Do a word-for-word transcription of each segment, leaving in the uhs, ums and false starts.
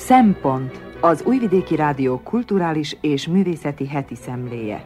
Szempont, az Újvidéki Rádió kulturális és művészeti heti szemléje.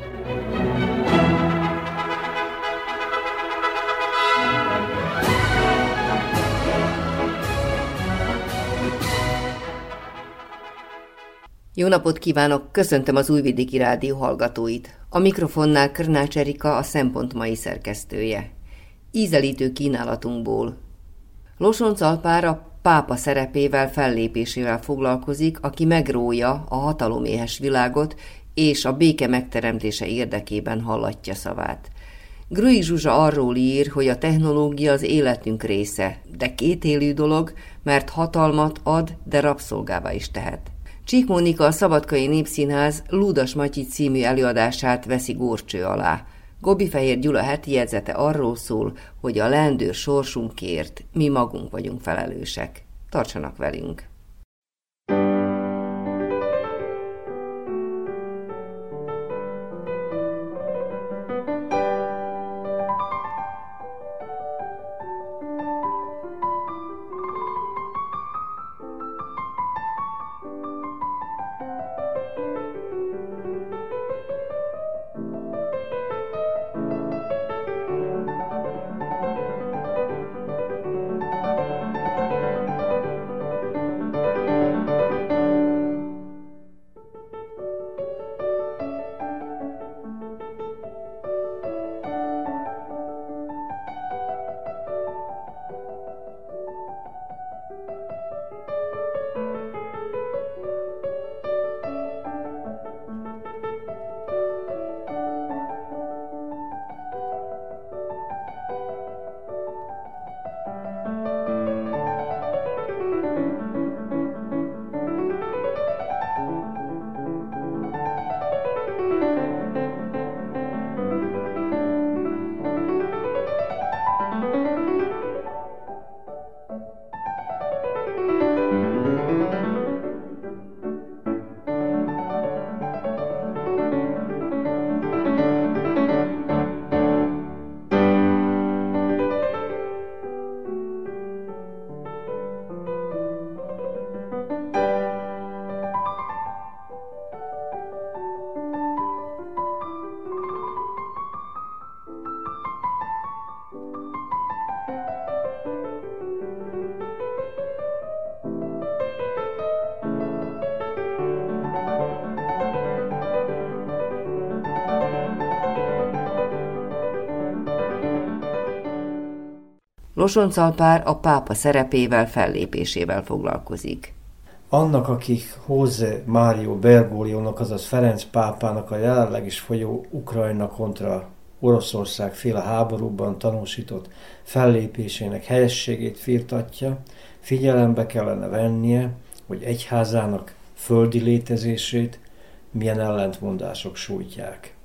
Jó napot kívánok, köszöntöm az Újvidéki Rádió hallgatóit. A mikrofonnál Krnács Erika, a Szempont mai szerkesztője. Ízelítő kínálatunkból. Losonc Alpár a pápa szerepével, fellépésével foglalkozik, aki megrója a hataloméhes világot, és a béke megteremtése érdekében hallatja szavát. Grüi Zsuzsa arról ír, hogy a technológia az életünk része, de kétélű dolog, mert hatalmat ad, de rabszolgává is tehet. Csík Mónika, a Szabadkai Népszínház Ludas Matyi című előadását veszi górcső alá. Gobbi-Fehér Gyula heti jegyzete arról szól, hogy a leendő sorsunkért mi magunk vagyunk felelősek. Tartsanak velünk! Losonc Alpár a pápa szerepével, fellépésével foglalkozik. Annak, akik José Mario Bergoglionak, azaz Ferenc pápának a jelenleg is folyó Ukrajna kontra Oroszország féle háborúban tanúsított fellépésének helyességét firtatja, figyelembe kellene vennie, hogy egyházának földi létezését milyen ellentmondások sújtják.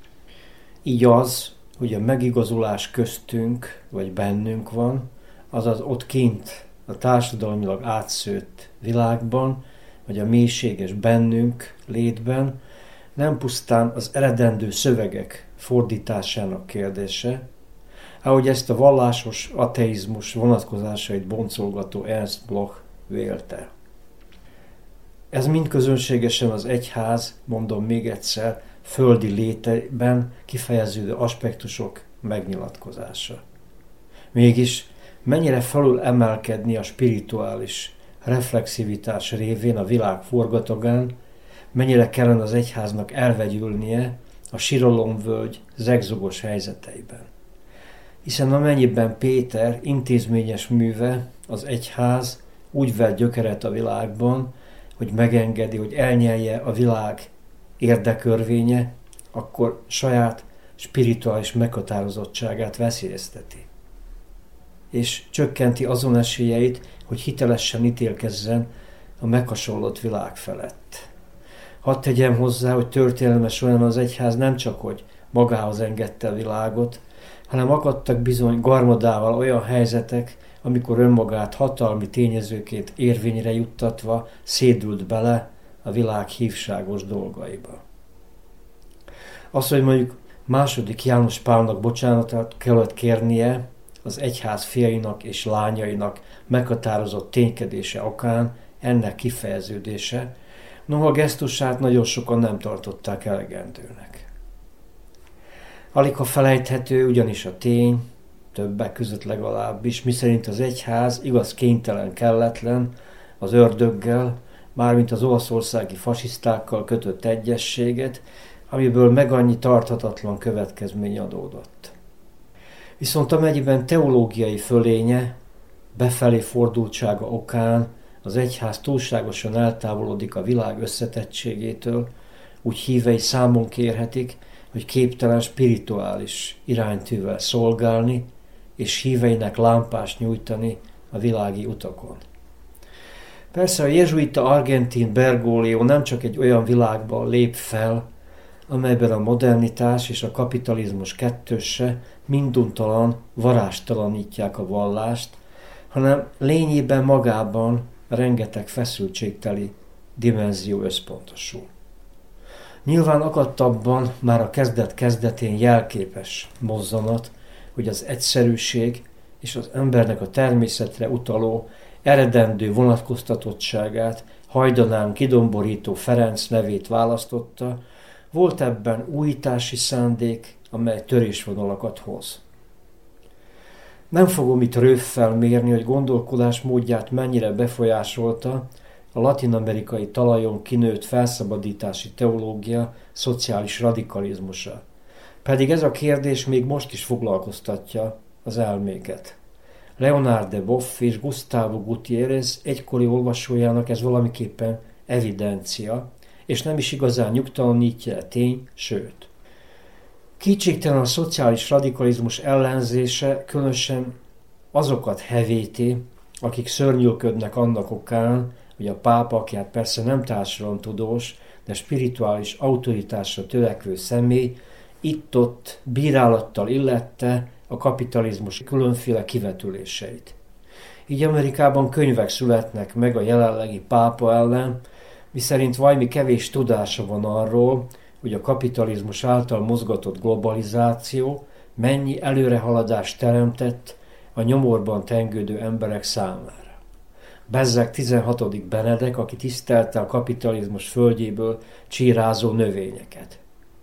Így az, hogy a megigazulás köztünk, vagy bennünk van, azaz ott kint a társadalmilag átszőtt világban, vagy a mélységes bennünk létben, nem pusztán az eredendő szövegek fordításának kérdése, ahogy ezt a vallásos ateizmus vonatkozásait boncolgató Ernst Bloch vélte. Ez mind közönségesen az egyház, mondom még egyszer, földi létében kifejeződő aspektusok megnyilatkozása. Mégis mennyire felül emelkedni a spirituális reflexivitás révén a világ forgatagán, mennyire kellene az egyháznak elvegyülnie a siralomvölgy zegzugos helyzeteiben. Hiszen amennyiben Péter intézményes műve, az egyház úgy vett gyökeret a világban, hogy megengedi, hogy elnyelje a világ érdekörvénye, akkor saját spirituális meghatározottságát veszélyezteti. És csökkenti azon esélyeit, hogy hitelesen ítélkezzen a meghasonlott világ felett. Hadd tegyem hozzá, hogy történelme során az egyház nem csak hogy magához engedte a világot, hanem akadtak bizony garmadával olyan helyzetek, amikor önmagát hatalmi tényezőként érvényre juttatva szédült bele a világ hívságos dolgaiba. Az, hogy mondjuk második János Pálnak bocsánatot kellett kérnie az egyház fiainak és lányainak meghatározott ténykedése okán, ennek kifejeződése, noha gesztusát nagyon sokan nem tartották elegendőnek. Alig ha felejthető ugyanis a tény, többek között legalábbis, miszerint az egyház igaz kénytelen, kelletlen az ördöggel, mármint az olaszországi fasisztákkal kötött egyezséget, amiből meg annyi tarthatatlan következmény adódott. Viszont amennyiben teológiai fölénye, befelé fordultsága okán az egyház túlságosan eltávolodik a világ összetettségétől, úgy hívei számon kérhetik, hogy képtelen spirituális iránytűvel szolgálni, és híveinek lámpást nyújtani a világi utakon. Persze a jezsuita argentin Bergoglio nem csak egy olyan világban lép fel, amelyben a modernitás és a kapitalizmus kettősse minduntalan varástalanítják a vallást, hanem lényében magában rengeteg feszültségteli dimenzió összpontosul. Nyilván akadt abban már a kezdet-kezdetén jelképes mozzanat, hogy az egyszerűség és az embernek a természetre utaló eredendő vonatkoztatottságát hajdanán kidomborító Ferenc nevét választotta, volt ebben újítási szándék, amely törésvonalakat hoz. Nem fogom itt rövvel mérni, hogy gondolkodás módját mennyire befolyásolta a latin-amerikai talajon kinőtt felszabadítási teológia szociális radikalizmusa. Pedig ez a kérdés még most is foglalkoztatja az elméket. Leonard de Boff és Gustavo Gutiérrez egykori olvasójának ez valamiképpen evidencia, és nem is igazán nyugtalanítja a tény, sőt. Kétségtelen a szociális radikalizmus ellenzése különösen azokat hevíti, akik szörnyűködnek annak okán, hogy a pápa, aki hát persze nem társadalomtudós, de spirituális autoritásra törekvő személy, itt-ott bírálattal illette a kapitalizmus különféle kivetüléseit. Így Amerikában könyvek születnek meg a jelenlegi pápa ellen, miszerint valami kevés tudása van arról, hogy a kapitalizmus által mozgatott globalizáció mennyi előrehaladást teremtett a nyomorban tengődő emberek számára. Bezzeg tizenhatodik Benedek, aki tisztelte a kapitalizmus földjéből csírázó növényeket.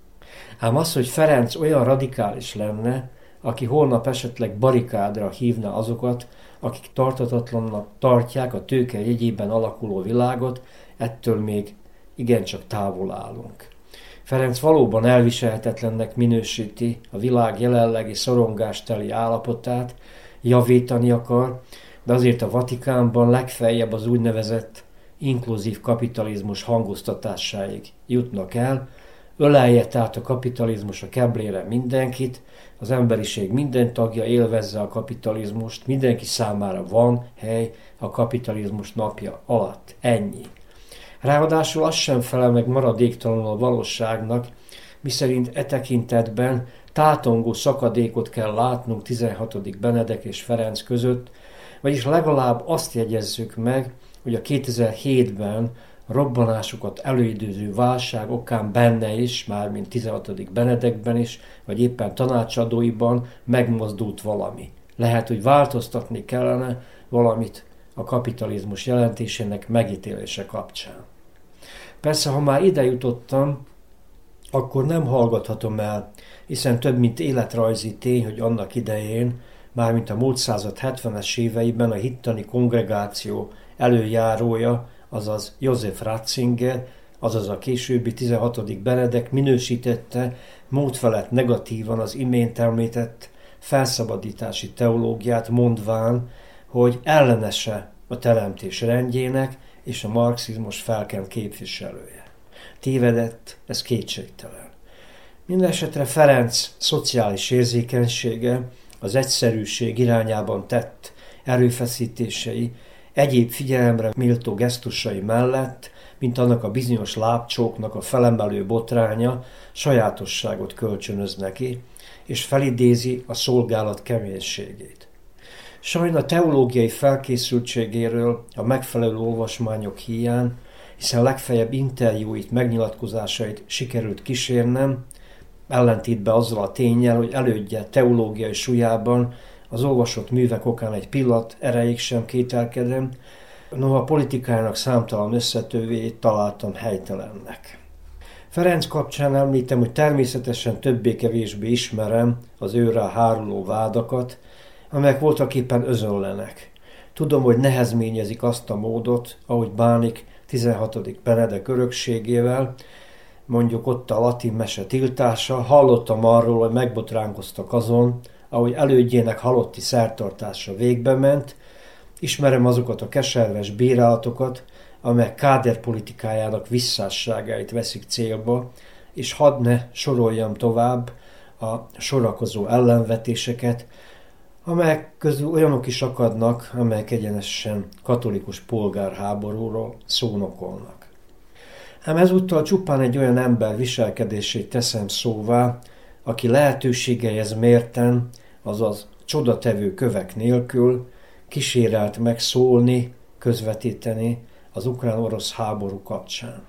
Ám az, hogy Ferenc olyan radikális lenne, aki holnap esetleg barikádra hívna azokat, akik tartatatlannak tartják a tőke jegyében alakuló világot, ettől még igencsak távol állunk. Ferenc valóban elviselhetetlennek minősíti a világ jelenlegi szorongásteli állapotát, javítani akar, de azért a Vatikánban legfeljebb az úgynevezett inkluzív kapitalizmus hangoztatásáig jutnak el, ölelje tehát a kapitalizmus a keblére mindenkit, az emberiség minden tagja élvezze a kapitalizmust, mindenki számára van hely a kapitalizmus napja alatt. Ennyi. Ráadásul az sem felel meg maradéktalanul a valóságnak, miszerint e tekintetben tátongó szakadékot kell látnunk tizenhatodik Benedek és Ferenc között, vagyis legalább azt jegyezzük meg, hogy a kétezer-hétben robbanásokat előidőző válság okán benne is, mármint tizenhatodik Benedekben is, vagy éppen tanácsadóiban megmozdult valami. Lehet, hogy változtatni kellene valamit a kapitalizmus jelentésének megítélése kapcsán. Persze, ha már ide jutottam, akkor nem hallgathatom el, hiszen több mint életrajzi tény, hogy annak idején, mármint a múlt század hetvenes éveiben a hittani kongregáció előjárója, azaz József Ratzinger, azaz a későbbi tizenhatodik Benedek minősítette módfelett negatívan az imént említett felszabadítási teológiát, mondván, hogy ellenese a teremtés rendjének és a marxizmus felkent képviselője. Tévedett, ez kétségtelen. Mindenesetre Ferenc szociális érzékenysége, az egyszerűség irányában tett erőfeszítései, egyéb figyelemre méltó gesztusai mellett, mint annak a bizonyos lábcsóknak a felemelő botránya, sajátosságot kölcsönöz neki, és felidézi a szolgálat keménységét. Sajna teológiai felkészültségéről a megfelelő olvasmányok híján, hiszen legfeljebb interjúit, megnyilatkozásait sikerült kísérnem, ellentétben azzal a ténnyel, hogy elődje teológiai súlyában az olvasott művek okán egy pillanat erejéig sem kételkedem, noha a politikának számtalan összetevőjét találtam helytelennek. Ferenc kapcsán említem, hogy természetesen többé-kevésbé ismerem az őrrá háruló vádakat, amelyek voltaképpen özönlenek. Tudom, hogy nehezményezik azt a módot, ahogy bánik tizenhatodik Benedek örökségével, mondjuk ott a latin mese tiltása. Hallottam arról, hogy megbotránkoztak azon, ahogy elődjének halotti szertartása végbe ment. Ismerem azokat a keserves bírálatokat, amelyek Káder politikájának visszásságait veszik célba, és hadd ne soroljam tovább a sorakozó ellenvetéseket, amelyek közül olyanok is akadnak, amelyek egyenesen katolikus polgárháborúról szónokolnak. Ám ezúttal csupán egy olyan ember viselkedését teszem szóvá, aki lehetőségeihez mérten, azaz csodatevő kövek nélkül kísérelt meg szólni, közvetíteni az ukrán-orosz háború kapcsán.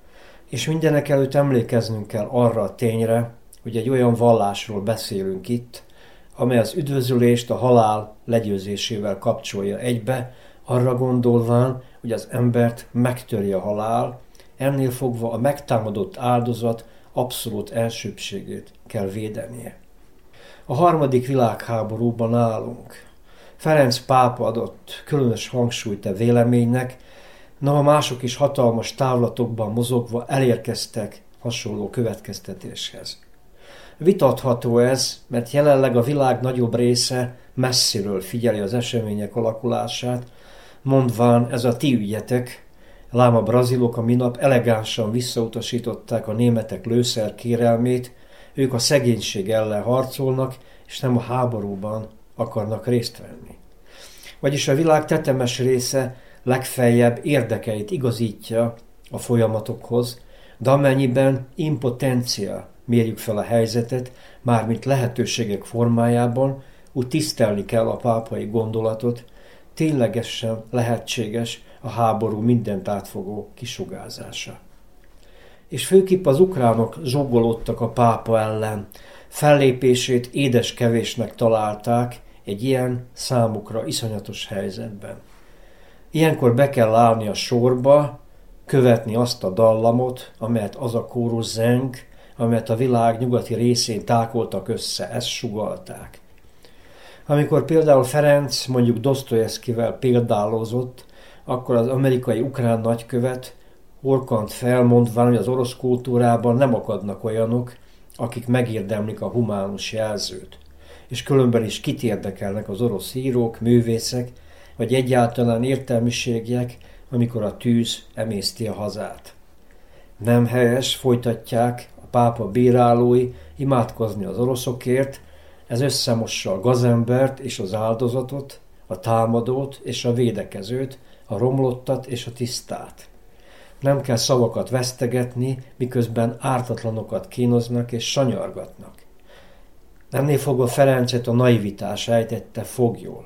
És mindenek előtt emlékeznünk kell arra a tényre, hogy egy olyan vallásról beszélünk itt, amely az üdvözülést a halál legyőzésével kapcsolja egybe, arra gondolván, hogy az embert megtöri a halál, ennél fogva a megtámadott áldozat abszolút elsőbbségét kell védenie. A harmadik világháborúban állunk. Ferenc pápa adott különös hangsúlyt a véleménynek, noha mások is hatalmas távlatokban mozogva elérkeztek hasonló következtetéshez. Vitatható ez, mert jelenleg a világ nagyobb része messziről figyeli az események alakulását, mondván ez a ti ügyetek, lám a brazilok a minap elegánsan visszautasították a németek lőszerkérelmét, ők a szegénység ellen harcolnak, és nem a háborúban akarnak részt venni. Vagyis a világ tetemes része legfeljebb érdekeit igazítja a folyamatokhoz, de amennyiben impotencia mérjük fel a helyzetet, mármint lehetőségek formájában, úgy tisztelni kell a pápai gondolatot, ténylegesen lehetséges a háború mindent átfogó kisugázása. És főképp az ukránok zsongolódtak a pápa ellen, fellépését édeskevésnek találták egy ilyen számukra iszonyatos helyzetben. Ilyenkor be kell állni a sorba, követni azt a dallamot, amelyet az a kórus zeng, amelyet a világ nyugati részén tákoltak össze, ezt sugallták. Amikor például Ferenc mondjuk Dosztojevszkivel példálozott, akkor az amerikai ukrán nagykövet orkant felmondván, hogy az orosz kultúrában nem akadnak olyanok, akik megérdemlik a humánus jelzőt, és különben is kit érdekelnek az orosz írók, művészek, vagy egyáltalán értelmiségiek, amikor a tűz emészti a hazát. Nem helyes, folytatják a pápa bírálói, imádkozni az oroszokért, ez összemossa a gazembert és az áldozatot, a támadót és a védekezőt, a romlottat és a tisztát. Nem kell szavakat vesztegetni, miközben ártatlanokat kínoznak és sanyargatnak. Ennél fogva Ferencet a naivitás ejtette foglyul.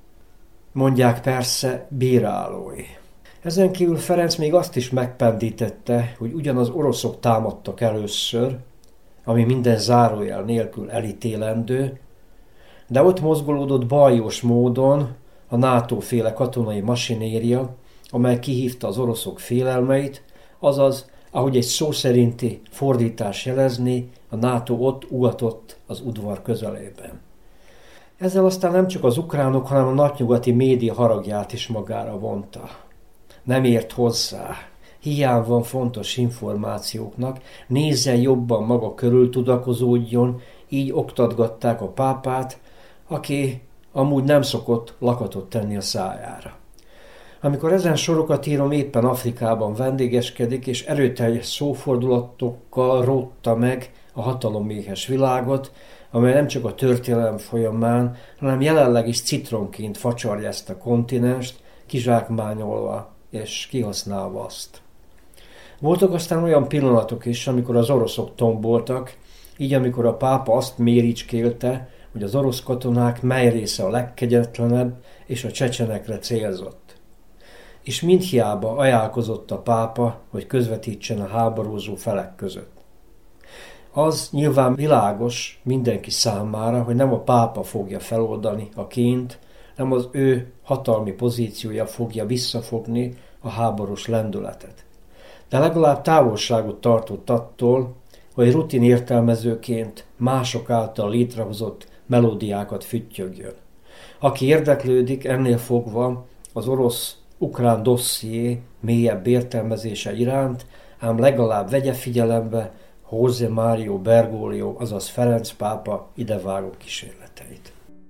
Mondják persze bírálói. Ezen kívül Ferenc még azt is megpendítette, hogy ugyanaz oroszok támadtak először, ami minden zárójel nélkül elítélendő, de ott mozgolódott baljós módon a NATO-féle katonai masinéria, amely kihívta az oroszok félelmeit, azaz, ahogy egy szó szerinti fordítás jelezni, a NATO ott ugatott az udvar közelében. Ezzel aztán nem csak az ukránok, hanem a napnyugati média haragját is magára vonta. Nem ért hozzá. Hiány van fontos információknak, nézzen jobban maga körül, tudakozódjon, így oktatgatták a pápát, aki amúgy nem szokott lakatot tenni a szájára. Amikor ezen sorokat írom, éppen Afrikában vendégeskedik, és erőteljes szófordulatokkal rótta meg a hatalomméhes világot, amely nem csak a történelem folyamán, hanem jelenleg is citronként facsarja ezt a kontinenst, kizsákmányolva és kihasználva azt. Voltak aztán olyan pillanatok is, amikor az oroszok tomboltak, így amikor a pápa azt méricskélte, hogy az orosz katonák mely része a legkegyetlenebb, és a csecsenekre célzott. És mindhiába ajánlkozott a pápa, hogy közvetítsen a háborúzó felek között. Az nyilván világos mindenki számára, hogy nem a pápa fogja feloldani a ként, nem az ő hatalmi pozíciója fogja visszafogni a háborús lendületet. De legalább távolságot tartott attól, hogy rutin értelmezőként mások által létrehozott melódiákat füttyögjön. Aki érdeklődik ennél fogva az orosz-ukrán dosszié mélyebb értelmezése iránt, ám legalább vegye figyelembe José Mario Bergoglio, azaz Ferenc pápa idevágó kísérleteit.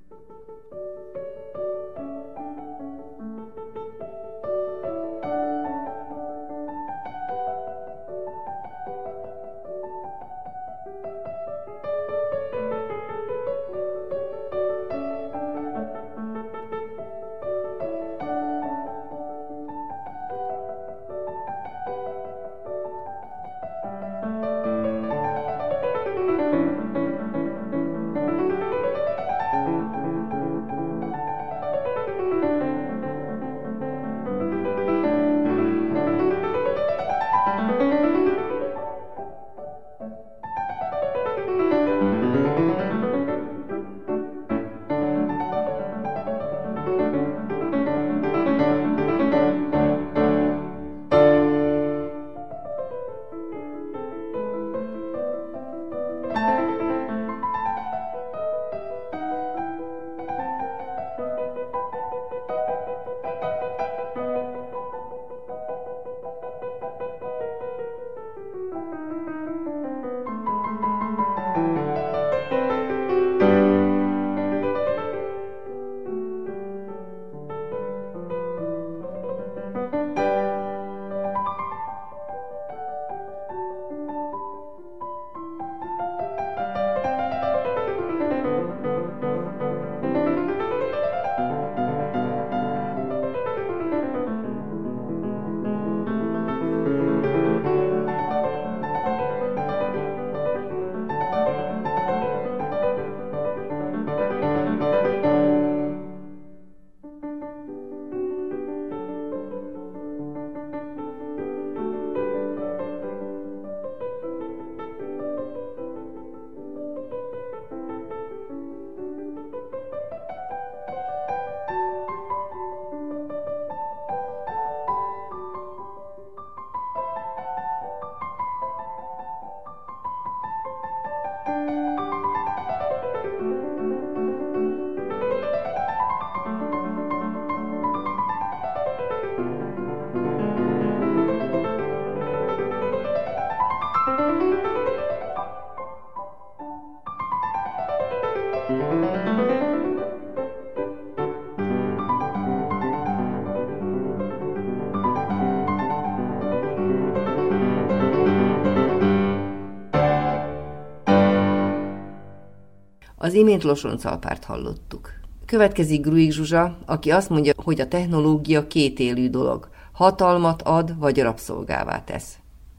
Az imént Losoncalpárt hallottuk. Következik Gruig Zsuzsa, aki azt mondja, hogy a technológia kétélű dolog. Hatalmat ad, vagy rabszolgává tesz.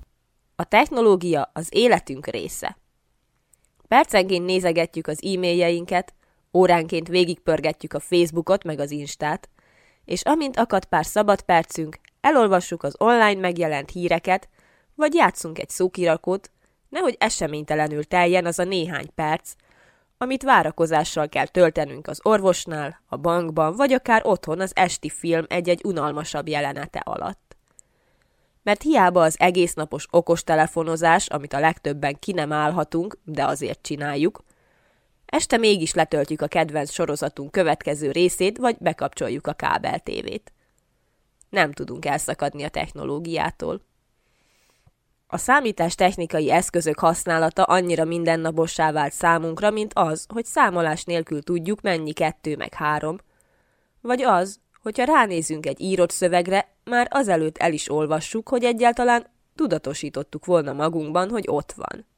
A technológia az életünk része. Percenként nézegetjük az e-mailjeinket, óránként végigpörgetjük a Facebookot meg az Instát, és amint akad pár szabad percünk, elolvassuk az online megjelent híreket, vagy játszunk egy szókirakót, nehogy eseménytelenül teljen az a néhány perc, amit várakozással kell töltenünk az orvosnál, a bankban, vagy akár otthon az esti film egy-egy unalmasabb jelenete alatt. Mert hiába az egésznapos okostelefonozás, amit a legtöbben ki nem állhatunk, de azért csináljuk, este mégis letöltjük a kedvenc sorozatunk következő részét, vagy bekapcsoljuk a kábel tévét. Nem tudunk elszakadni a technológiától. A számítástechnikai eszközök használata annyira mindennapossá vált számunkra, mint az, hogy számolás nélkül tudjuk, mennyi kettő meg három, vagy az, hogyha ránézünk egy írott szövegre, már azelőtt el is olvassuk, hogy egyáltalán tudatosítottuk volna magunkban, hogy ott van.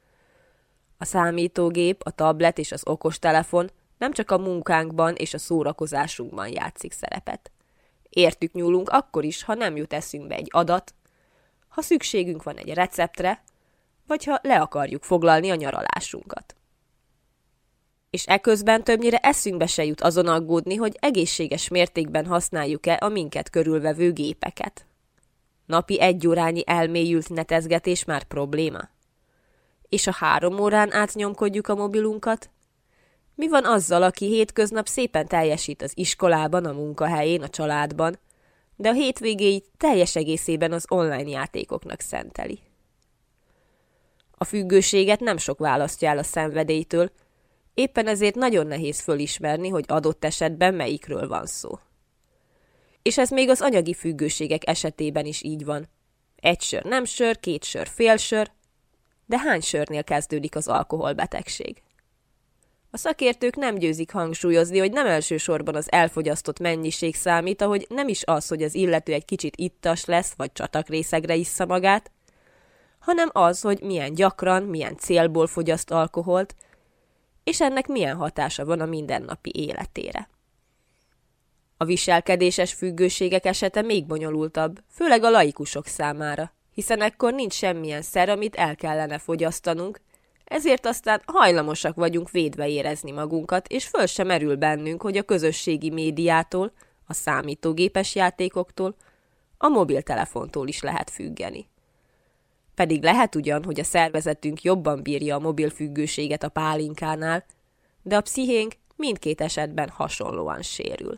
A számítógép, a tablet és az okostelefon nem csak a munkánkban és a szórakozásunkban játszik szerepet. Értük nyúlunk akkor is, ha nem jut eszünkbe egy adat, ha szükségünk van egy receptre, vagy ha le akarjuk foglalni a nyaralásunkat. És eközben többnyire eszünkbe se jut azon aggódni, hogy egészséges mértékben használjuk-e a minket körülvevő gépeket. Napi egy órányi elmélyült netezgetés már probléma? És ha három órán át nyomkodjuk a mobilunkat? Mi van azzal, aki hétköznap szépen teljesít az iskolában, a munkahelyén, a családban, de a hétvégéit teljes egészében az online játékoknak szenteli? A függőséget nem sok választja el a szenvedélytől, éppen ezért nagyon nehéz fölismerni, hogy adott esetben melyikről van szó. És ez még az anyagi függőségek esetében is így van. Egy sör nem sör, két sör fél sör, de hány sörnél kezdődik az alkoholbetegség? A szakértők nem győzik hangsúlyozni, hogy nem elsősorban az elfogyasztott mennyiség számít, ahogy nem is az, hogy az illető egy kicsit ittas lesz, vagy csatakrészegre issza magát, hanem az, hogy milyen gyakran, milyen célból fogyaszt alkoholt, és ennek milyen hatása van a mindennapi életére. A viselkedéses függőségek esete még bonyolultabb, főleg a laikusok számára, hiszen ekkor nincs semmilyen szer, amit el kellene fogyasztanunk, ezért aztán hajlamosak vagyunk védve érezni magunkat, és föl sem merül bennünk, hogy a közösségi médiától, a számítógépes játékoktól, a mobiltelefontól is lehet függeni. Pedig lehet ugyan, hogy a szervezetünk jobban bírja a mobilfüggőséget a pálinkánál, de a pszichénk mindkét esetben hasonlóan sérül.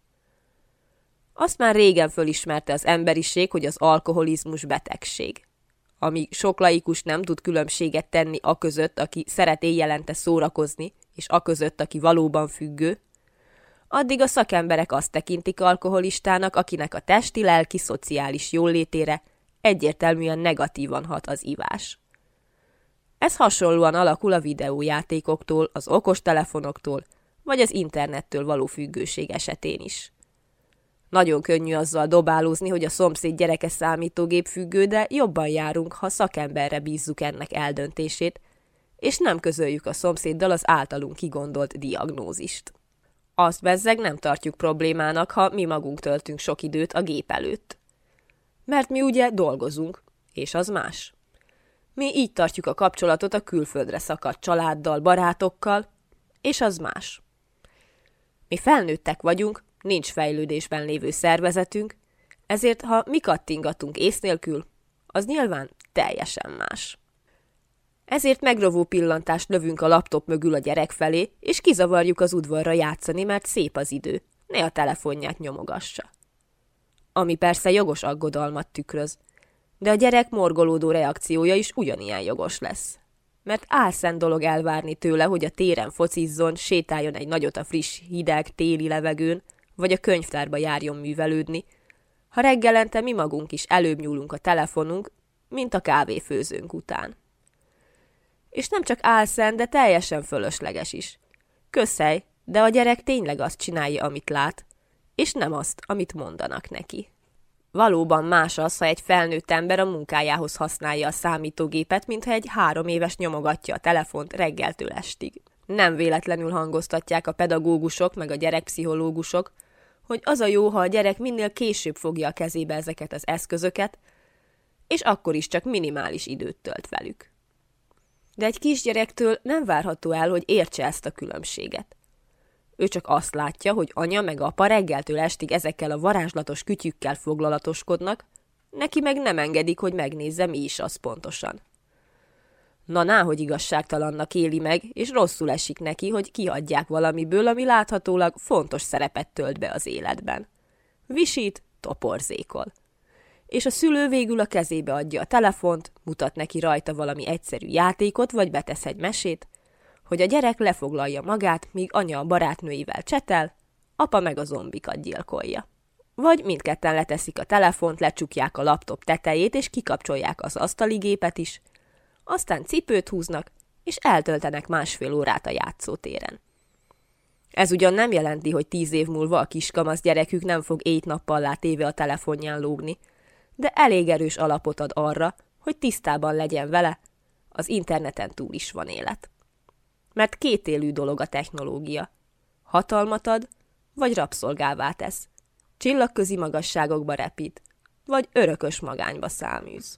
Azt már régen fölismerte az emberiség, hogy az alkoholizmus betegség. Amíg sok laikus nem tud különbséget tenni aközött, aki szeret éjjelente szórakozni, és aközött, aki valóban függő, addig a szakemberek azt tekintik alkoholistának, akinek a testi, lelki, szociális jólétére egyértelműen negatívan hat az ivás. Ez hasonlóan alakul a videójátékoktól, az okostelefonoktól, vagy az internettől való függőség esetén is. Nagyon könnyű azzal dobálózni, hogy a szomszéd gyereke számítógép függő, de jobban járunk, ha szakemberre bízzuk ennek eldöntését, és nem közöljük a szomszéddal az általunk kigondolt diagnózist. Azt bezzeg nem tartjuk problémának, ha mi magunk töltünk sok időt a gép előtt. Mert mi ugye dolgozunk, és az más. Mi így tartjuk a kapcsolatot a külföldre szakadt családdal, barátokkal, és az más. Mi felnőttek vagyunk, nincs fejlődésben lévő szervezetünk, ezért ha mi kattingatunk ész nélkül, az nyilván teljesen más. Ezért megrovó pillantást lövünk a laptop mögül a gyerek felé, és kizavarjuk az udvarra játszani, mert szép az idő, ne a telefonját nyomogassa. Ami persze jogos aggodalmat tükröz, de a gyerek morgolódó reakciója is ugyanilyen jogos lesz. Mert álszent dolog elvárni tőle, hogy a téren focizzon, sétáljon egy nagyot a friss, hideg, téli levegőn, vagy a könyvtárba járjon művelődni, ha reggelente mi magunk is előbb nyúlunk a telefonunk, mint a kávéfőzőnk után. És nem csak álszent, de teljesen fölösleges is. Közhely, de a gyerek tényleg azt csinálja, amit lát, és nem azt, amit mondanak neki. Valóban más az, ha egy felnőtt ember a munkájához használja a számítógépet, mintha egy három éves nyomogatja a telefont reggeltől estig. Nem véletlenül hangoztatják a pedagógusok meg a gyerekpszichológusok, hogy az a jó, ha a gyerek minél később fogja a kezébe ezeket az eszközöket, és akkor is csak minimális időt tölt velük. De egy kisgyerektől nem várható el, hogy értse ezt a különbséget. Ő csak azt látja, hogy anya meg apa reggeltől estig ezekkel a varázslatos kütyükkel foglalatoskodnak, neki meg nem engedik, hogy megnézze, mi is az pontosan. Na ná, hogy igazságtalannak éli meg, és rosszul esik neki, hogy kihagyják valamiből, ami láthatólag fontos szerepet tölt be az életben. Visít, toporzékol. És a szülő végül a kezébe adja a telefont, mutat neki rajta valami egyszerű játékot, vagy betesz egy mesét, hogy a gyerek lefoglalja magát, míg anya a barátnőivel csetel, apa meg a zombikat gyilkolja. Vagy mindketten leteszik a telefont, lecsukják a laptop tetejét, és kikapcsolják az asztali gépet is, aztán cipőt húznak, és eltöltenek másfél órát a játszótéren. Ez ugyan nem jelenti, hogy tíz év múlva a kiskamasz gyerekük nem fog éjt-nappallá téve a telefonján lógni, de elég erős alapot ad arra, hogy tisztában legyen vele, az interneten túl is van élet. Mert kétélű dolog a technológia. Hatalmat ad, vagy rabszolgává tesz. Csillagközi magasságokba repít, vagy örökös magányba száműz.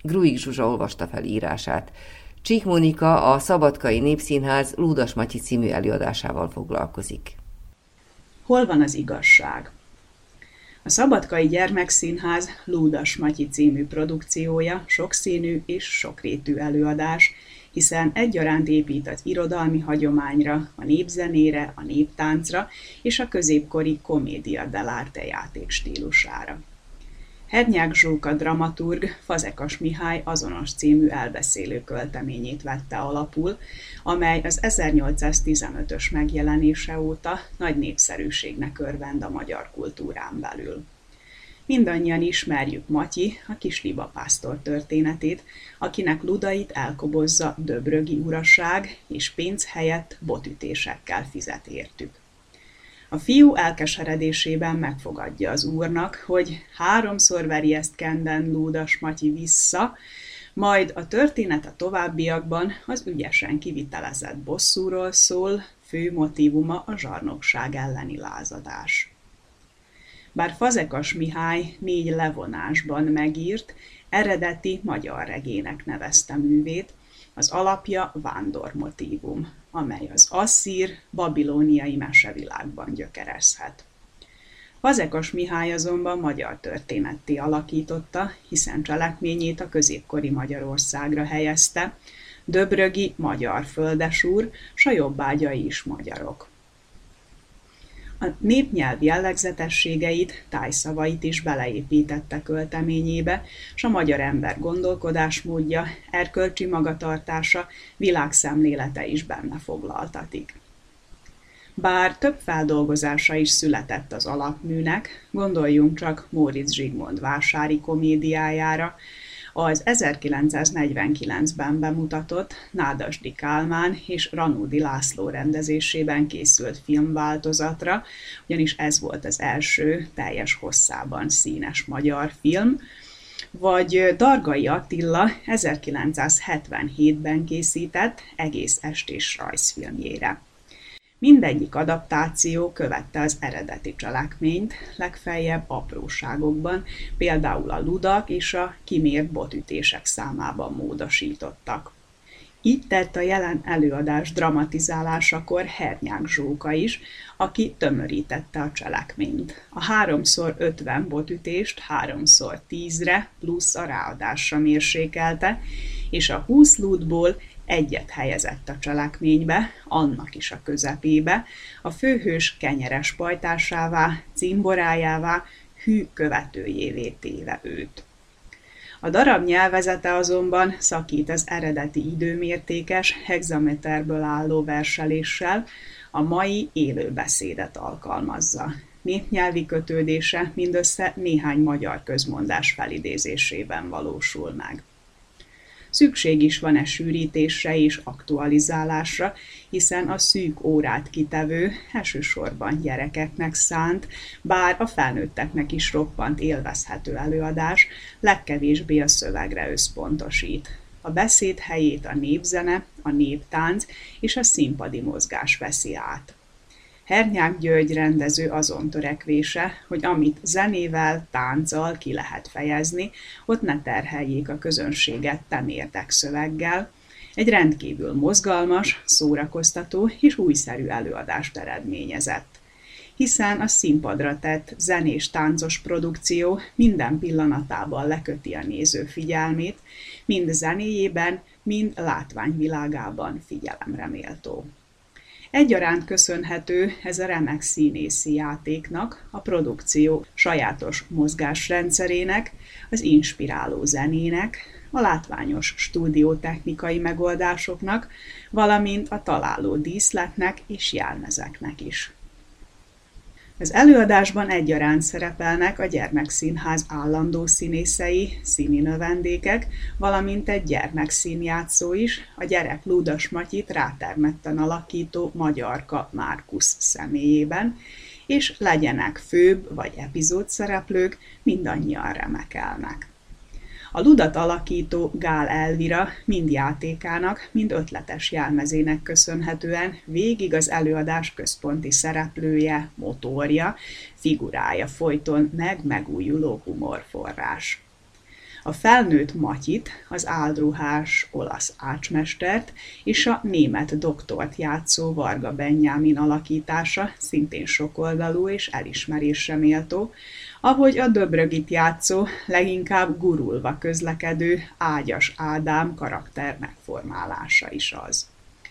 Gruig Zsuzsa olvasta fel írását. Csík Monika a Szabadkai Népszínház Ludas Matyi című előadásával foglalkozik. Hol van az igazság? A Szabadkai Gyermekszínház Ludas Matyi című produkciója sokszínű és sokrétű előadás, hiszen egyaránt épít az irodalmi hagyományra, a népzenére, a néptáncra és a középkori comédia dell'arte játékstílusára. Hernyák Zsóka dramaturg Fazekas Mihály azonos című elbeszélő költeményét vette alapul, amely az ezernyolcszáztizenötös megjelenése óta nagy népszerűségnek örvend a magyar kultúrán belül. Mindannyian ismerjük Matyi, a Kisliba pásztor történetét, akinek ludait elkobozza döbrögi uraság, és pénz helyett botütésekkel fizet értük. A fiú elkeseredésében megfogadja az úrnak, hogy háromszor veri ezt kenden Ludas Matyi vissza, majd a történet a továbbiakban az ügyesen kivitelezett bosszúról szól, fő motívuma a zsarnokság elleni lázadás. Bár Fazekas Mihály négy levonásban megírt, eredeti magyar regének nevezte művét, az alapja vándormotívum, amely az asszír, babilóniai mesevilágban gyökerezhet. Fazekas Mihály azonban magyar történetté alakította, hiszen cselekményét a középkori Magyarországra helyezte, döbrögi magyar földesúr, s a jobbágyai is magyarok. A népnyelv jellegzetességeit, tájszavait is beleépítette költeményébe, s a magyar ember gondolkodásmódja, erkölcsi magatartása, világszemlélete is benne foglaltatik. Bár több feldolgozása is született az alapműnek, gondoljunk csak Móricz Zsigmond vásári komédiájára, az ezerkilencszáznegyvenkilencben bemutatott Nádasdy Kálmán és Ranódi László rendezésében készült filmváltozatra, ugyanis ez volt az első teljes hosszában színes magyar film, vagy Dargai Attila ezerkilencszázhetvenhétben készített Egész estés rajzfilmjére. Mindegyik adaptáció követte az eredeti cselekményt, legfeljebb apróságokban, például a ludak és a kimért botütések számában módosítottak. Így tett a jelen előadás dramatizálásakor Hernyák Zsóka is, aki tömörítette a cselekményt. A háromszor ötven botütést háromszor tízre plusz a ráadásra mérsékelte, és a húsz lúdból egyet helyezett a cselekménybe, annak is a közepébe, a főhős kenyeres pajtásává, cimborájává, hű követőjévé téve őt. A darab nyelvezete azonban szakít az eredeti időmértékes, hexameterből álló verseléssel, a mai élőbeszédet alkalmazza. Népnyelvi kötődése mindössze néhány magyar közmondás felidézésében valósul meg. Szükség is van-e sűrítésre és aktualizálásra, hiszen a szűk órát kitevő, elsősorban gyerekeknek szánt, bár a felnőtteknek is roppant élvezhető előadás legkevésbé a szövegre összpontosít. A beszéd helyét a népzene, a néptánc és a színpadi mozgás veszi át. Hernyák György rendező azon törekvése, hogy amit zenével, tánccal ki lehet fejezni, ott ne terheljék a közönséget temérdek szöveggel, egy rendkívül mozgalmas, szórakoztató és újszerű előadást eredményezett. Hiszen a színpadra tett zenés táncos produkció minden pillanatában leköti a néző figyelmét, mind zenéjében, mind látványvilágában figyelemre méltó. Egyaránt köszönhető ez a remek színészi játéknak, a produkció sajátos mozgásrendszerének, az inspiráló zenének, a látványos stúdiótechnikai megoldásoknak, valamint a találó díszletnek és jelmezeknek is. Az előadásban egyaránt szerepelnek a Gyermekszínház állandó színészei, színi növendékek, valamint egy gyermekszínjátszó is, a gyerek Ludas Matyit rátermetten alakító Magyarka Márkusz személyében, és legyenek főbb vagy epizódszereplők, mindannyian remekelnek. A ludat alakító Gál Elvira mind játékának, mind ötletes jelmezének köszönhetően végig az előadás központi szereplője, motorja, figurája folyton meg megújuló humorforrás. A felnőtt Matyit, az áldruhás olasz ácsmestert és a német doktort játszó Varga Benyámin alakítása szintén sokoldalú és elismerésre méltó, ahogy a Döbrögit játszó, leginkább gurulva közlekedő Ágyas Ádám karakter megformálása is az.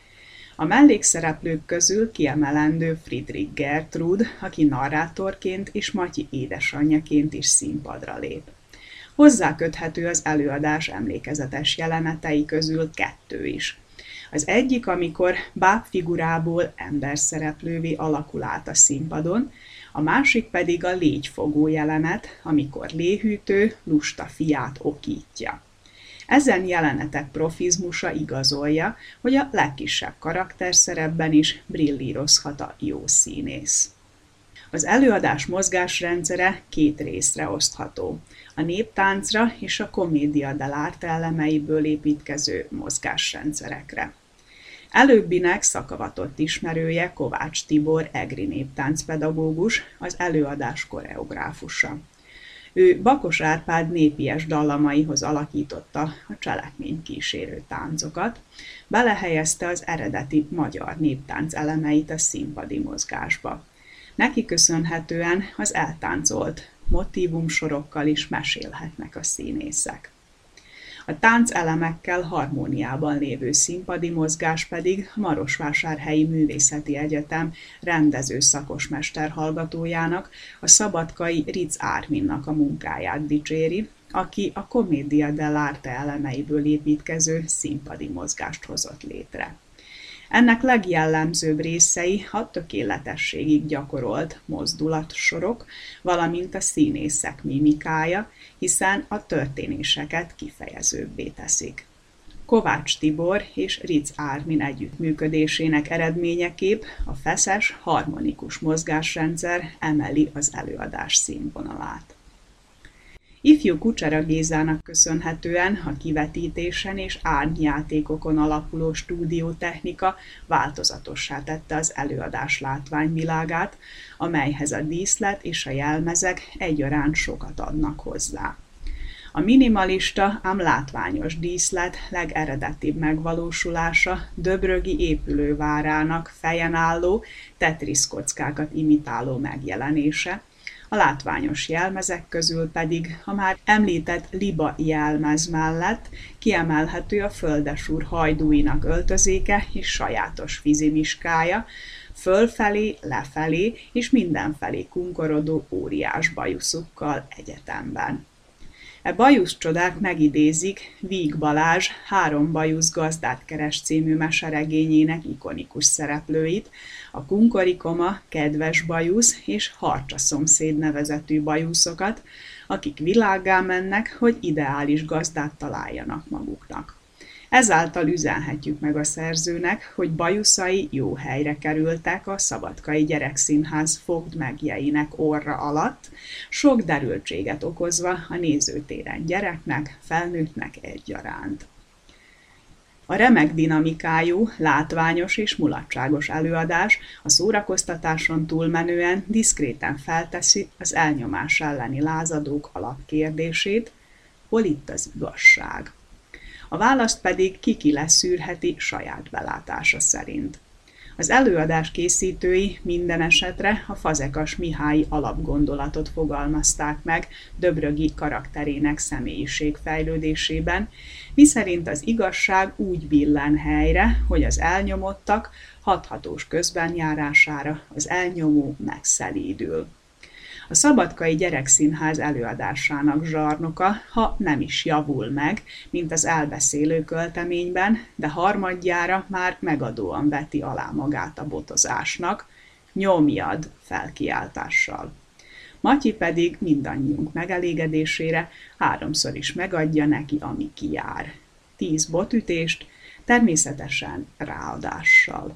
A mellékszereplők közül kiemelendő Friedrich Gertrud, aki narrátorként és Matyi édesanyjaként is színpadra lép. Hozzá köthető az előadás emlékezetes jelenetei közül kettő is. Az egyik, amikor bábfigurából emberszereplővé alakul át a színpadon, a másik pedig a légyfogó jelenet, amikor léhűtő lusta fiát okítja. Ezen jelenetek profizmusa igazolja, hogy a legkisebb karakterszerepben is brillírozhat a jó színész. Az előadás mozgásrendszere két részre osztható. A néptáncra és a comédia dell'arte elemeiből építkező mozgásrendszerekre. Előbbinek szakavatott ismerője Kovács Tibor egri néptáncpedagógus, az előadás koreográfusa. Ő Bakos Árpád népies dallamaihoz alakította a cselekményt kísérő táncokat, belehelyezte az eredeti magyar néptánc elemeit a színpadi mozgásba. Neki köszönhetően az eltáncolt motívumsorokkal is mesélhetnek a színészek. A táncelemekkel harmóniában lévő színpadi mozgás pedig a Marosvásárhelyi Művészeti Egyetem rendező szakosmester hallgatójának, a szabadkai Ritz Árminnak a munkáját dicséri, aki a comédia dell'arte elemeiből építkező színpadi mozgást hozott létre. Ennek legjellemzőbb részei a tökéletességig gyakorolt mozdulatsorok, valamint a színészek mimikája, hiszen a történéseket kifejezőbbé teszik. Kovács Tibor és Ritz Ármin együttműködésének eredményeképp a feszes, harmonikus mozgásrendszer emeli az előadás színvonalát. Ifjú Kucsera Gézának köszönhetően a kivetítésen és árnyjátékokon alapuló stúdiótechnika változatossá tette az előadás látványvilágát, amelyhez a díszlet és a jelmezek egyaránt sokat adnak hozzá. A minimalista, ám látványos díszlet legeredetibb megvalósulása Döbrögi épülővárának fejen álló Tetris kockákat imitáló megjelenése, a látványos jelmezek közül pedig a már említett liba jelmez mellett kiemelhető a földesúr hajdúinak öltözéke és sajátos fizimiskája, fölfelé, lefelé és mindenfelé kunkorodó óriás bajuszukkal egyetemben. E bajuszcsodák megidézik Víg Balázs Három bajusz gazdát keres című meseregényének ikonikus szereplőit, a Kunkorikoma, Kedves bajusz és Harcsa szomszéd nevezetű bajuszokat, akik világgá mennek, hogy ideális gazdát találjanak maguknak. Ezáltal üzenhetjük meg a szerzőnek, hogy bajuszai jó helyre kerültek a Szabadkai Gyerekszínház fogd megjeinek orra alatt, sok derültséget okozva a nézőtéren gyereknek, felnőttnek egyaránt. A remek dinamikájú, látványos és mulatságos előadás a szórakoztatáson túlmenően diszkréten felteszi az elnyomás elleni lázadók alapkérdését, hol itt az igazság. A választ pedig ki-ki leszűrheti saját belátása szerint. Az előadás készítői minden esetre a Fazekas Mihály alapgondolatot fogalmazták meg Döbrögi karakterének személyiségfejlődésében, miszerint az igazság úgy billen helyre, hogy az elnyomottak hathatós közbenjárására az elnyomó megszelídül. A Szabadkai Gyerekszínház előadásának zsarnoka, ha nem is javul meg, mint az elbeszélő költeményben, de harmadjára már megadóan veti alá magát a botozásnak, nyomjad felkiáltással. Matyi pedig mindannyiunk megelégedésére háromszor is megadja neki, ami kijár. Tíz botütést, természetesen ráadással.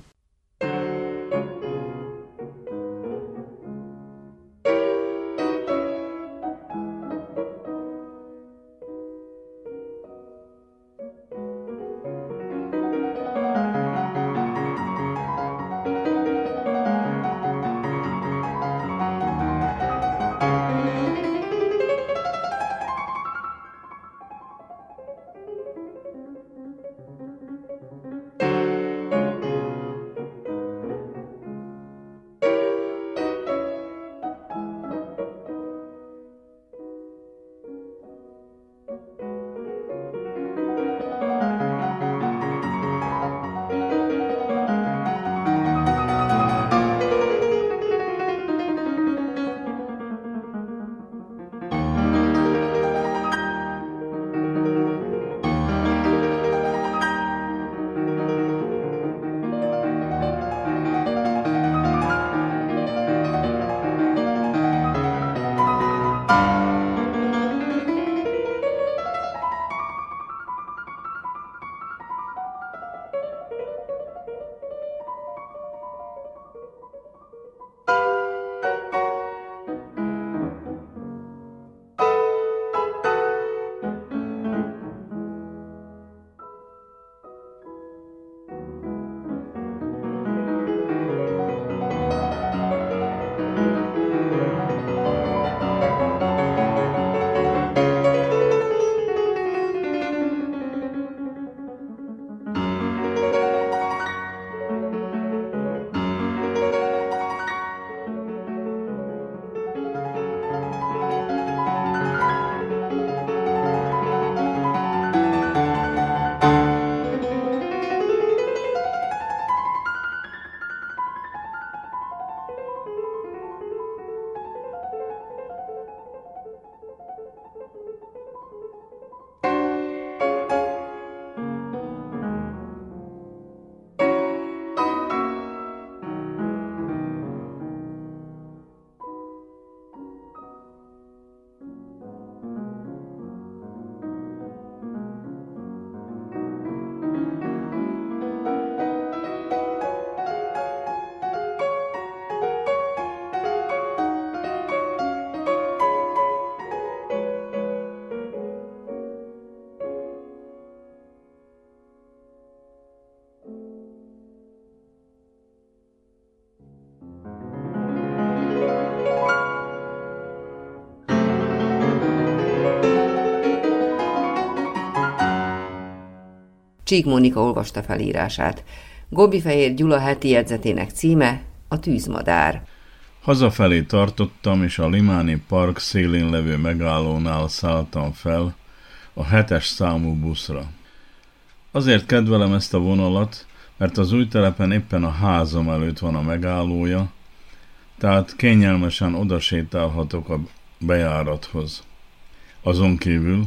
Csík Mónika olvasta felírását. Gobbifehér Gyula heti jegyzetének címe a Tűzmadár. Hazafelé tartottam, és a Limáni Park szélén levő megállónál szálltam fel a hetes számú buszra. Azért kedvelem ezt a vonalat, mert az új telepen éppen a házam előtt van a megállója, tehát kényelmesen odasétálhatok a bejárathoz. Azon kívül,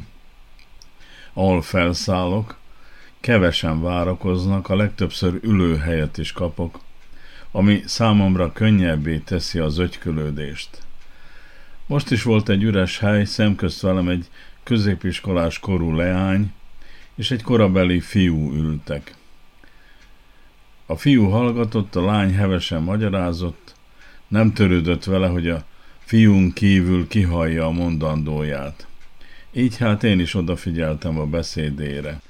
ahol felszállok, kevesen várakoznak, a legtöbbször ülőhelyet is kapok, ami számomra könnyebbé teszi az ögykölődést. Most is volt egy üres hely, szemközt velem egy középiskolás korú leány, és egy korabeli fiú ültek. A fiú hallgatott, a lány hevesen magyarázott, nem törődött vele, hogy a fiún kívül kihallja a mondandóját. Így hát én is odafigyeltem a beszédére.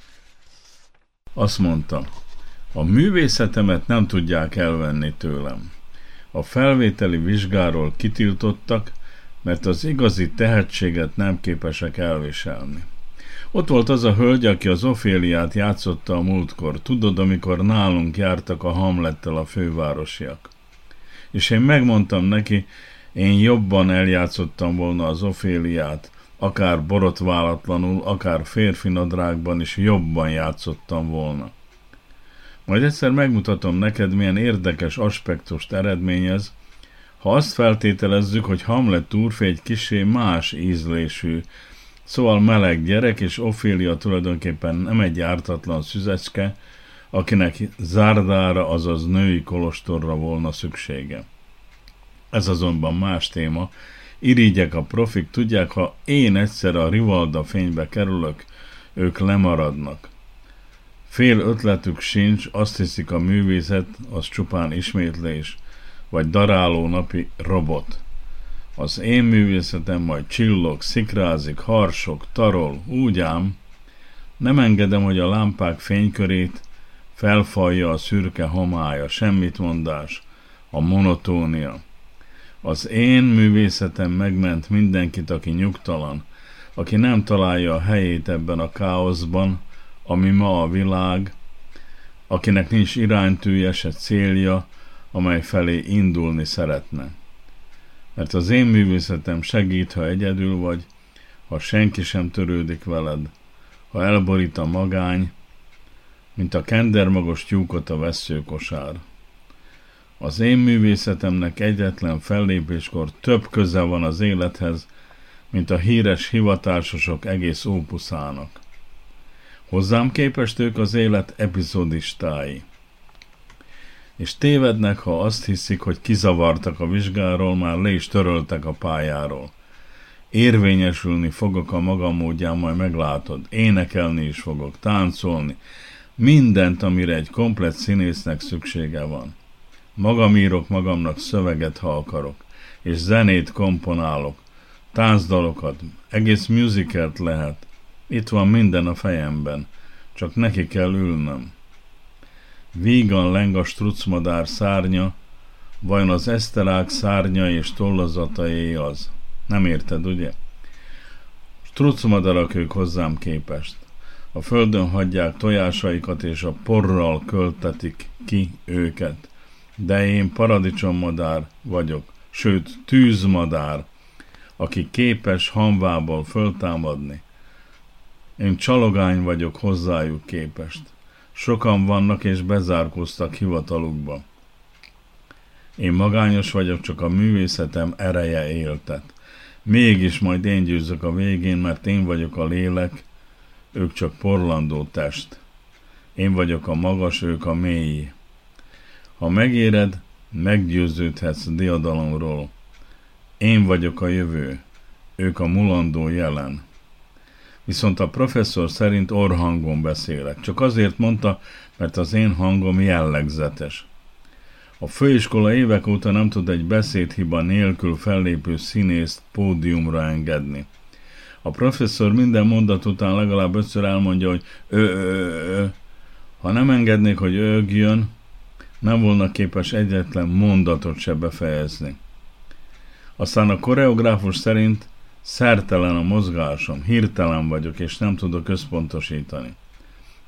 Azt mondta, a művészetemet nem tudják elvenni tőlem. A felvételi vizsgáról kitiltottak, mert az igazi tehetséget nem képesek elviselni. Ott volt az a hölgy, aki az Oféliát játszotta a múltkor, tudod, amikor nálunk jártak a Hamlettel a fővárosiak. És én megmondtam neki, én jobban eljátszottam volna az Oféliát, akár borotválatlanul, akár férfi nadrágban is jobban játszottam volna. Majd egyszer megmutatom neked, milyen érdekes aspektust eredményez, ha azt feltételezzük, hogy Hamlet úrfé egy kissé más ízlésű, szóval meleg gyerek, és Ofélia tulajdonképpen nem egy ártatlan szüzecske, akinek zárdára, azaz női kolostorra volna szüksége. Ez azonban más téma. Irigyek a profik, tudják, ha én egyszer a Rivalda fénybe kerülök, ők lemaradnak. Fél ötletük sincs, azt hiszik, a művészet az csupán ismétlés, vagy daráló napi robot. Az én művészetem majd csillog, szikrázik, harsog, tarol, úgy ám, nem engedem, hogy a lámpák fénykörét felfalja a szürke homály, a semmitmondás, a monotónia. Az én művészetem megment mindenkit, aki nyugtalan, aki nem találja a helyét ebben a káoszban, ami ma a világ, akinek nincs iránytűje, se célja, amely felé indulni szeretne. Mert az én művészetem segít, ha egyedül vagy, ha senki sem törődik veled, ha elborít a magány, mint a kendermagos tyúkot a vesszőkosár. Az én művészetemnek egyetlen fellépéskor több köze van az élethez, mint a híres hivatásosok egész ópuszának. Hozzám képest ők az élet epizódistái. És tévednek, ha azt hiszik, hogy kizavartak a vizsgáról, már le is töröltek a pályáról. Érvényesülni fogok a maga módján, majd meglátod. Énekelni is fogok, táncolni. Mindent, amire egy komplett színésznek szüksége van. Magam írok magamnak szöveget, ha akarok, és zenét komponálok, táncdalokat, egész musicalt lehet. Itt van minden a fejemben, csak neki kell ülnöm. Vígan leng a strucmadár szárnya, vajon az eszterák szárnya és tollazatai az? Nem érted, ugye? Strucmadarak ők hozzám képest. A földön hagyják tojásaikat, és a porral költetik ki őket. De én paradicsommadár vagyok, sőt tűzmadár, aki képes hamvából föltámadni. Én csalogány vagyok hozzájuk képest. Sokan vannak és bezárkóztak hivatalukba. Én magányos vagyok, csak a művészetem ereje éltet. Mégis majd én győzök a végén, mert én vagyok a lélek, ők csak porlandó test. Én vagyok a magas, ők a mély. Ha megéred, meggyőződhetsz diadalomról. Én vagyok a jövő, ők a mulandó jelen. Viszont a professzor szerint orrhangon beszélek. Csak azért mondta, mert az én hangom jellegzetes. A főiskola évek óta nem tud egy beszédhiba nélkül fellépő színészt pódiumra engedni. A professzor minden mondat után legalább ötször elmondja, hogy ö, ö, ö. Ha nem engednék, hogy ögjön, nem volna képes egyetlen mondatot se befejezni. Aztán a koreográfus szerint szertelen a mozgásom, hirtelen vagyok, és nem tudok összpontosítani.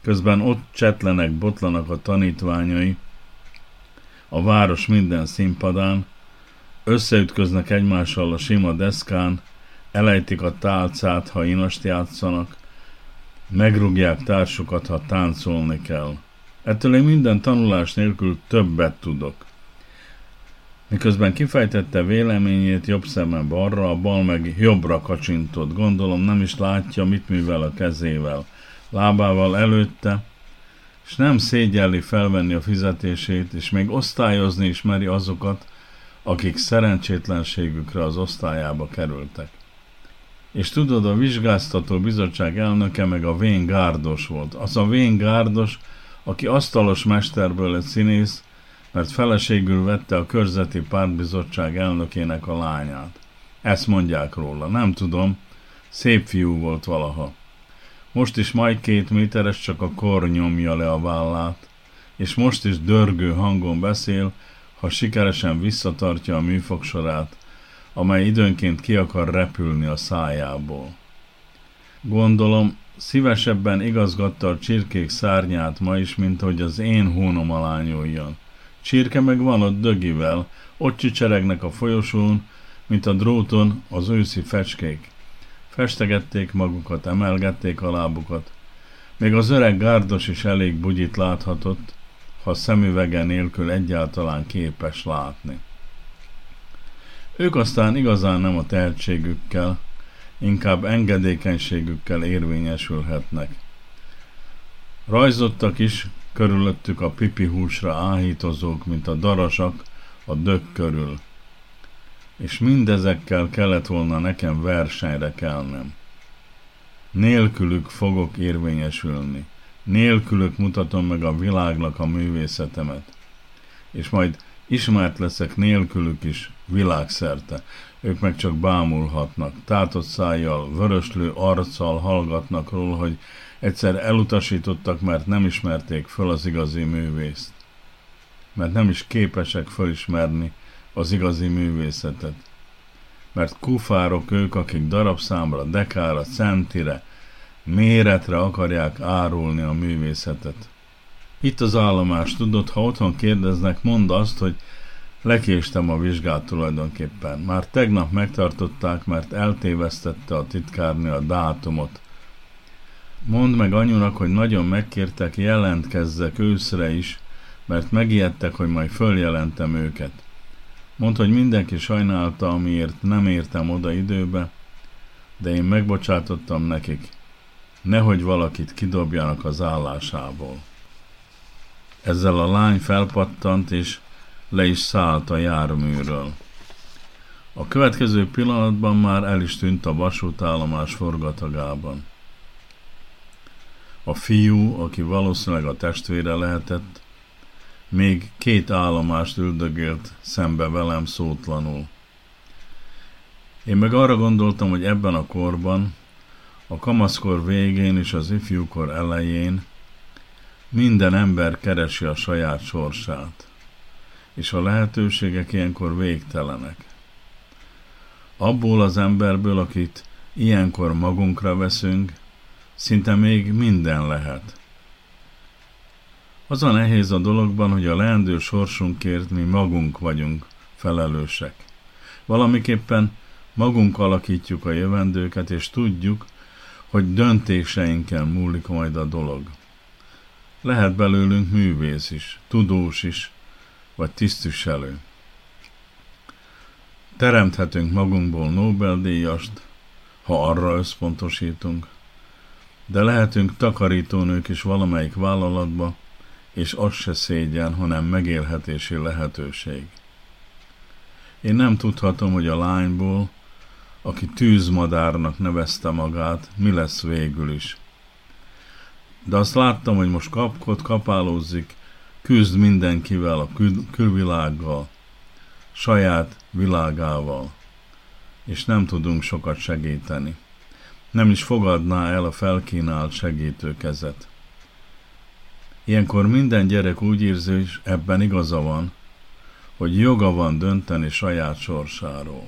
közben ott csetlenek, botlanak a tanítványai a város minden színpadán, összeütköznek egymással a sima deszkán, elejtik a tálcát, ha inast játszanak, megrúgják társukat, ha táncolni kell. Ettől én minden tanulás nélkül többet tudok. Miközben kifejtette véleményét jobb szeme balra, a bal meg jobbra kacsintott. Gondolom nem is látja, mit művel a kezével. Lábával előtte, és nem szégyelli felvenni a fizetését, és még osztályozni is meri azokat, akik szerencsétlenségükre az osztályába kerültek. És tudod, a vizsgáztató bizottság elnöke meg a vén gárdos volt. Az a vén gárdos, aki asztalos mesterből lett színész, mert feleségül vette a körzeti pártbizottság elnökének a lányát. Ezt mondják róla, nem tudom, szép fiú volt valaha. Most is majd két méteres, csak a kor nyomja le a vállát, és most is dörgő hangon beszél, ha sikeresen visszatartja a műfogsorát, amely időnként ki akar repülni a szájából. Gondolom, szívesebben igazgatta a csirkék szárnyát ma is, mint hogy az én hónom alá nyúljon. Csirke meg van ott dögivel, ott csicseregnek a folyosón, mint a dróton az őszi fecskék. Festegették magukat, emelgették a lábukat. Még az öreg gárdos is elég bugyit láthatott, ha szemüvege nélkül egyáltalán képes látni. Ők aztán igazán nem a tehetségükkel, inkább engedékenységükkel érvényesülhetnek. Rajzottak is körülöttük a pipihúsra áhítozók, mint a darasak a dög körül. És mindezekkel kellett volna nekem versenyre kelnem. Nélkülük fogok érvényesülni. Nélkülük mutatom meg a világnak a művészetemet. És majd ismert leszek nélkülük is világszerte. Ők meg csak bámulhatnak, tátott szájjal, vöröslő arccal hallgatnak róla, hogy egyszer elutasítottak, mert nem ismerték föl az igazi művészt. Mert nem is képesek fölismerni az igazi művészetet. Mert kufárok ők, akik darabszámra, dekára, centire, méretre akarják árulni a művészetet. Itt az állomás, tudod, ha otthon kérdeznek, mondd azt, hogy lekéstem a vizsgát tulajdonképpen. Már tegnap megtartották, mert eltévesztette a titkárnő a dátumot. Mondd meg anyunak, hogy nagyon megkértek, jelentkezzek őszre is, mert megijedtek, hogy majd följelentem őket. Mondd, hogy mindenki sajnálta, amiért nem értem oda időbe, de én megbocsátottam nekik. Nehogy valakit kidobjanak az állásából. Ezzel a lány felpattant, és le is szállt a járműről. A következő pillanatban már el is tűnt a vasútállomás forgatagában. A fiú, aki valószínűleg a testvére lehetett, még két állomást üldögélt szembe velem szótlanul. Én meg arra gondoltam, hogy ebben a korban, a kamaszkor végén és az ifjúkor elején minden ember keresi a saját sorsát, és a lehetőségek ilyenkor végtelenek. Abból az emberből, akit ilyenkor magunkra veszünk, szinte még minden lehet. Az a nehéz a dologban, hogy a leendő sorsunkért mi magunk vagyunk felelősek. Valamiképpen magunk alakítjuk a jövendőket, és tudjuk, hogy döntéseinken múlik majd a dolog. Lehet belőlünk művész is, tudós is, vagy tisztviselő. Teremthetünk magunkból Nobel-díjast, ha arra összpontosítunk, de lehetünk takarítónők is valamelyik vállalatba, és az se szégyen, hanem megélhetési lehetőség. Én nem tudhatom, hogy a lányból, aki tűzmadárnak nevezte magát, mi lesz végül is. De azt láttam, hogy most kapkod, kapálózik, küzd mindenkivel, a kül- külvilággal, saját világával, és nem tudunk sokat segíteni. Nem is fogadná el a felkínált segítőkezet. Ilyenkor minden gyerek úgy érzi, és ebben igaza van, hogy joga van dönteni saját sorsáról.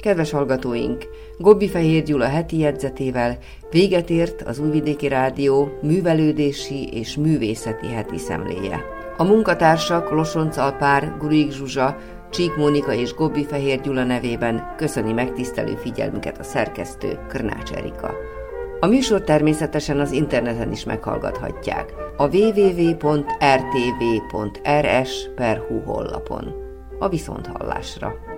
Kedves hallgatóink, Gobbi Fehér Gyula heti jegyzetével véget ért az Újvidéki Rádió művelődési és művészeti heti szemléje. A munkatársak Losonc Alpár, Gruig Zsuzsa, Csík Mónika és Gobbi Fehér Gyula nevében köszöni megtisztelő figyelmüket a szerkesztő, Krnács Erika. A műsor természetesen az interneten is meghallgathatják, a double-u double-u double-u pont r t v pont r s pont h u honlapon. A viszonthallásra!